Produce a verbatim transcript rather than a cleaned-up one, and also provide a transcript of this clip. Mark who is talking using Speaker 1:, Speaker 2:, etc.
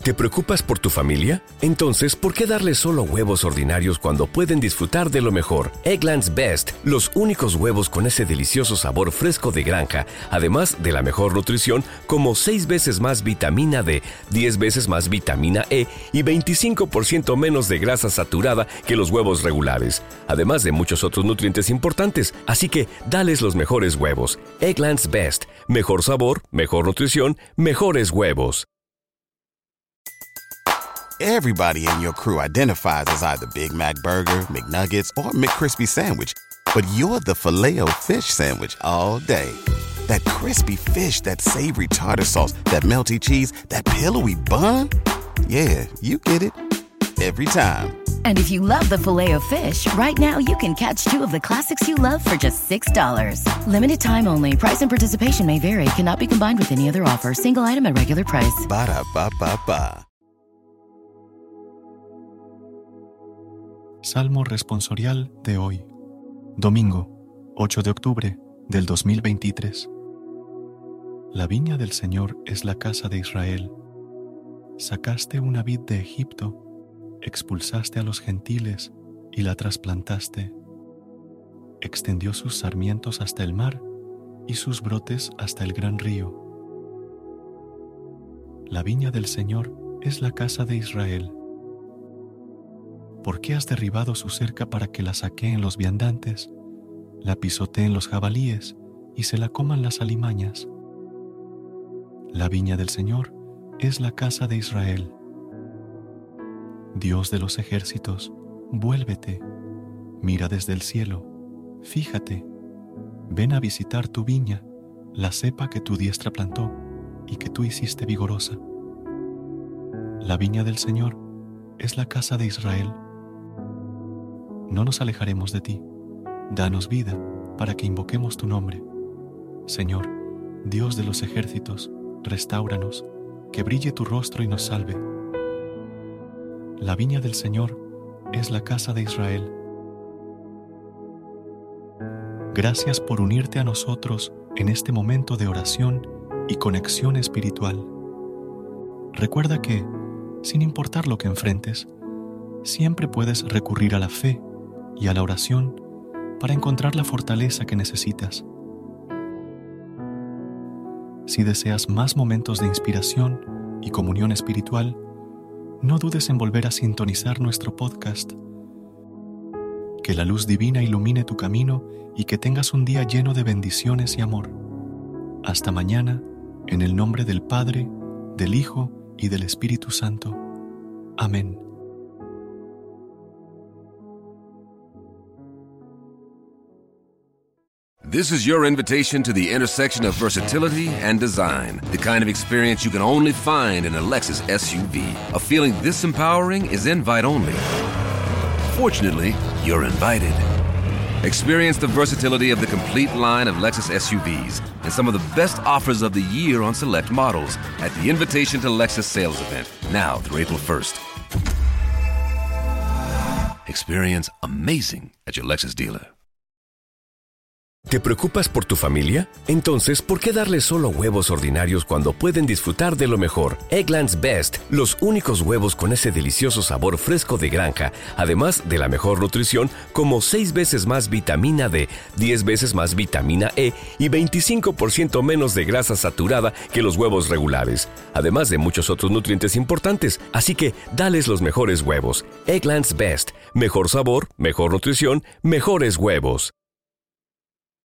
Speaker 1: ¿Te preocupas por tu familia? Entonces, ¿por qué darles solo huevos ordinarios cuando pueden disfrutar de lo mejor? Eggland's Best, los únicos huevos con ese delicioso sabor fresco de granja, además de la mejor nutrición, como seis veces más vitamina D, diez veces más vitamina E y veinticinco por ciento menos de grasa saturada que los huevos regulares, además de muchos otros nutrientes importantes. Así que, dales los mejores huevos. Eggland's Best, mejor sabor, mejor nutrición, mejores huevos.
Speaker 2: Everybody in your crew identifies as either Big Mac Burger, McNuggets, or McCrispy Sandwich. But you're the Filet-O-Fish Sandwich all day. That crispy fish, that savory tartar sauce, that melty cheese, that pillowy bun. Yeah, you get it. Every time.
Speaker 3: And if you love the Filet-O-Fish, right now you can catch two of the classics you love for just six dollars. Limited time only. Price and participation may vary. Cannot be combined with any other offer. Single item at regular price.
Speaker 2: Ba-da-ba-ba-ba.
Speaker 4: Salmo responsorial de hoy, domingo, ocho de octubre del dos mil veintitrés. La viña del Señor es la casa de Israel. Sacaste una vid de Egipto, expulsaste a los gentiles y la trasplantaste. Extendió sus sarmientos hasta el mar y sus brotes hasta el gran río. La viña del Señor es la casa de Israel. ¿Por qué has derribado su cerca para que la saqueen los viandantes, la pisoteen los jabalíes y se la coman las alimañas? La viña del Señor es la casa de Israel. Dios de los ejércitos, vuélvete, mira desde el cielo, fíjate, ven a visitar tu viña, la cepa que tu diestra plantó y que tú hiciste vigorosa. La viña del Señor es la casa de Israel. No nos alejaremos de ti. Danos vida para que invoquemos tu nombre. Señor, Dios de los ejércitos, restáuranos, que brille tu rostro y nos salve. La viña del Señor es la casa de Israel. Gracias por unirte a nosotros en este momento de oración y conexión espiritual. Recuerda que, sin importar lo que enfrentes, siempre puedes recurrir a la fe y a la oración para encontrar la fortaleza que necesitas. Si deseas más momentos de inspiración y comunión espiritual, no dudes en volver a sintonizar nuestro podcast. Que la luz divina ilumine tu camino y que tengas un día lleno de bendiciones y amor. Hasta mañana, en el nombre del Padre, del Hijo y del Espíritu Santo. Amén.
Speaker 5: This is your invitation to the intersection of versatility and design. The kind of experience you can only find in a Lexus S U V. A feeling this empowering is invite only. Fortunately, you're invited. Experience the versatility of the complete line of Lexus S U Vs and some of the best offers of the year on select models at the Invitation to Lexus sales event, now through April first. Experience amazing at your Lexus dealer.
Speaker 1: ¿Te preocupas por tu familia? Entonces, ¿por qué darles solo huevos ordinarios cuando pueden disfrutar de lo mejor? Eggland's Best, los únicos huevos con ese delicioso sabor fresco de granja, además de la mejor nutrición, como seis veces más vitamina D, diez veces más vitamina E y veinticinco por ciento menos de grasa saturada que los huevos regulares, además de muchos otros nutrientes importantes. Así que, dales los mejores huevos. Eggland's Best, mejor sabor, mejor nutrición, mejores huevos.